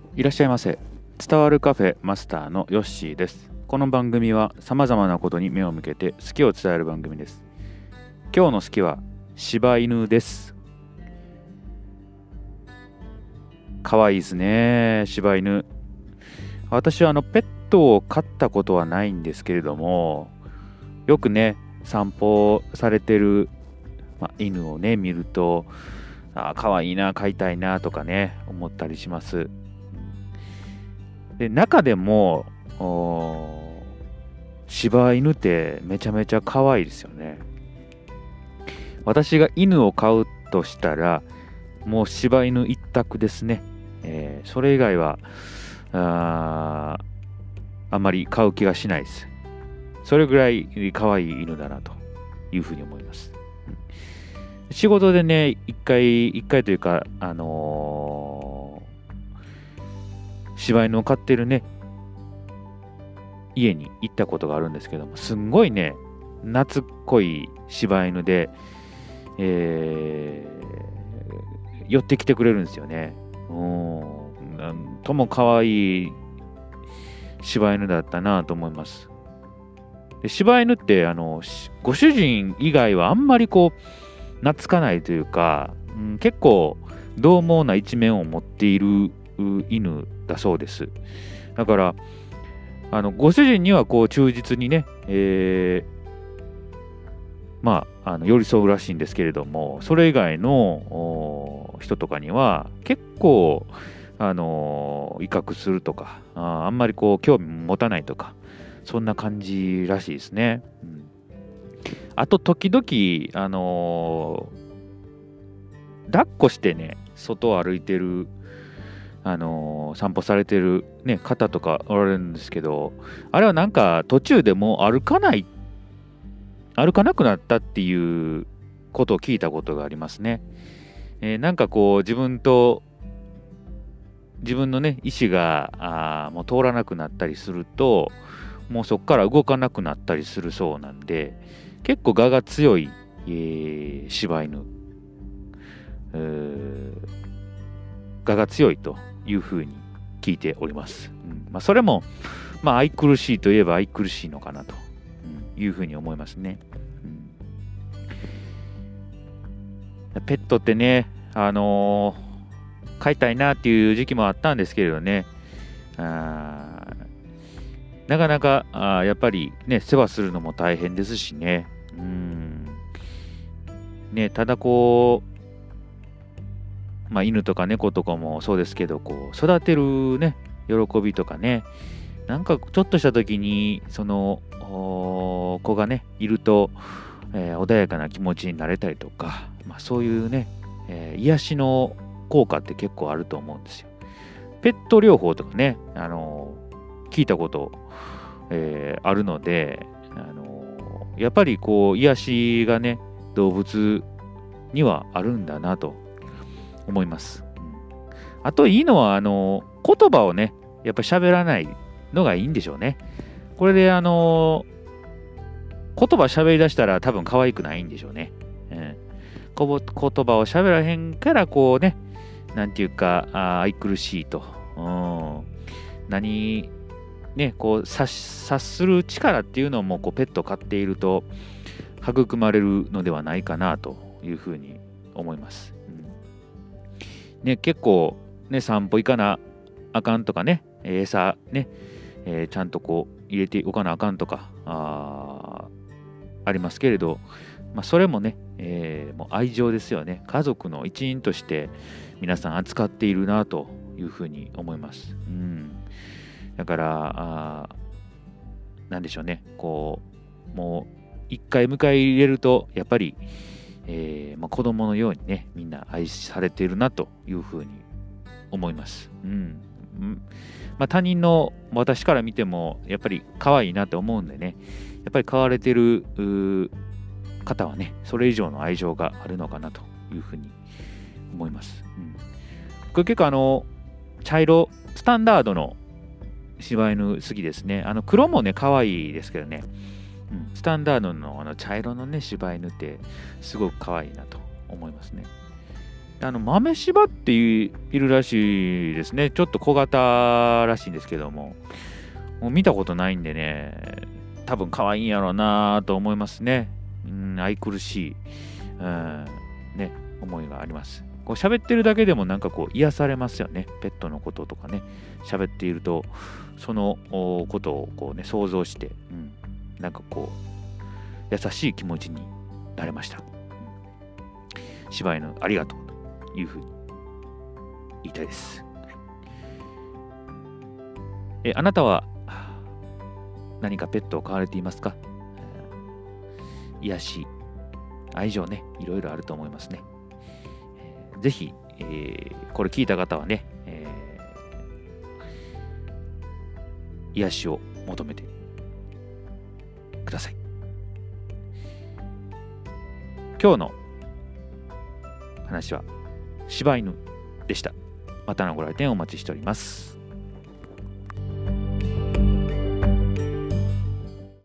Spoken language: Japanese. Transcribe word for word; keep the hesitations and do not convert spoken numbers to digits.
いらっしゃいませ。伝わるカフェマスターのヨッシーです。この番組は様々なことに目を向けて好きを伝える番組です。今日の好きは柴犬です。かわいいですね、柴犬。私はあのペットを飼ったことはないんですけれども、よくね散歩されてる、まあ、犬をね見ると、あ、かわいいな、飼いたいなとかね思ったりします。で、中でも柴犬ってめちゃめちゃ可愛いですよね。私が犬を飼うとしたらもう柴犬一択ですね。えーそれ以外はああんまり飼う気がしないです。それぐらい可愛い犬だなというふうに思います。うん、仕事でね、一回一回というか、あのー、柴犬を飼ってるね家に行ったことがあるんですけども、すんごいね懐っこい柴犬で、えー寄ってきてくれるんですよね。うん、なんとも可愛い柴犬だったなと思います。で、柴犬ってあのご主人以外はあんまりこう懐かないというか、うん、結構獰猛な一面を持っている犬だそうです。だからあのご主人にはこう忠実にね、えーまあ、あの寄り添うらしいんですけれども、それ以外の人とかには結構、あの威嚇するとか、あ、あんまりこう興味持たないとか、そんな感じらしいですね。うん、あと時々、あのー抱っこしてね外を歩いてる、あのー散歩されてる、ね、方とかおられるんですけど、あれはなんか途中でもう歩かない歩かなくなったっていうことを聞いたことがありますね。えーなんかこう自分と自分のね意思があーもう通らなくなったりすると、もうそこから動かなくなったりするそうなんで、結構我が強い、えー柴犬、えー我が強いというふうに聞いております。うんまあ、それも、まあ、愛くるしいといえば愛くるしいのかなというふうに思いますね。うん、ペットってね、あのー飼いたいなっていう時期もあったんですけれどね、あなかなかあやっぱりね世話するのも大変ですしね。うんね、ただこう、まあ、犬とか猫とかもそうですけど、こう育てるね喜びとかね、なんかちょっとした時にその子がねいると、えー穏やかな気持ちになれたりとか、まあ、そういうね、えー癒しの効果って結構あると思うんですよ。ペット療法とかね、あのー聞いたこと、えーあるので、あのーやっぱりこう癒しがね動物にはあるんだなと思います。うん、あといいのはあのー言葉をねやっぱ喋らないのがいいんでしょうね。これであのー言葉喋り出したら多分可愛くないんでしょうね。うん、こぼ言葉を喋らへんからこうね、なんていうかあ愛くるしいと、うん、何ねこう察察する力っていうのもこうペットを飼っていると育まれるのではないかなというふうに思います。うん、ね、結構ね散歩行かなあかんとかね、餌ね、えーちゃんとこう入れておかなあかんとかあありますけれど、まあ、それもね、えーもう愛情ですよね。家族の一員として皆さん扱っているなというふうに思います。うん、だからあなんでしょうね、こうもう一回迎え入れるとやっぱり、えーまあ、子供のようにねみんな愛されているなというふうに思います。うんうんまあ、他人の私から見てもやっぱり可愛いなと思うんでね、やっぱり飼われてる方はねそれ以上の愛情があるのかなというふうに思います。うん、僕結構あの茶色スタンダードの柴犬好きですね。あの黒もね可愛いですけどね、うん、スタンダードのあの茶色のね柴犬ってすごく可愛いなと思いますね。 あの豆柴っていういるらしいですね。ちょっと小型らしいんですけども、もう見たことないんでね、多分可愛いんやろうなと思いますね。うん、愛くるしい、うん、ね、思いがあります。こう喋ってるだけでもなんかこう癒されますよね。ペットのこととかね、喋っているとそのことをこうね想像して、うん、なんかこう優しい気持ちになれました。うん、柴犬ありがとうというふうに言いたいです。え、あなたは何かペットを飼われていますか？癒し、愛情ね、いろいろあると思いますね。ぜひ、えー、これ聞いた方はね、えー、癒しを求めてください。今日の話は柴犬でした。またのご来店お待ちしております。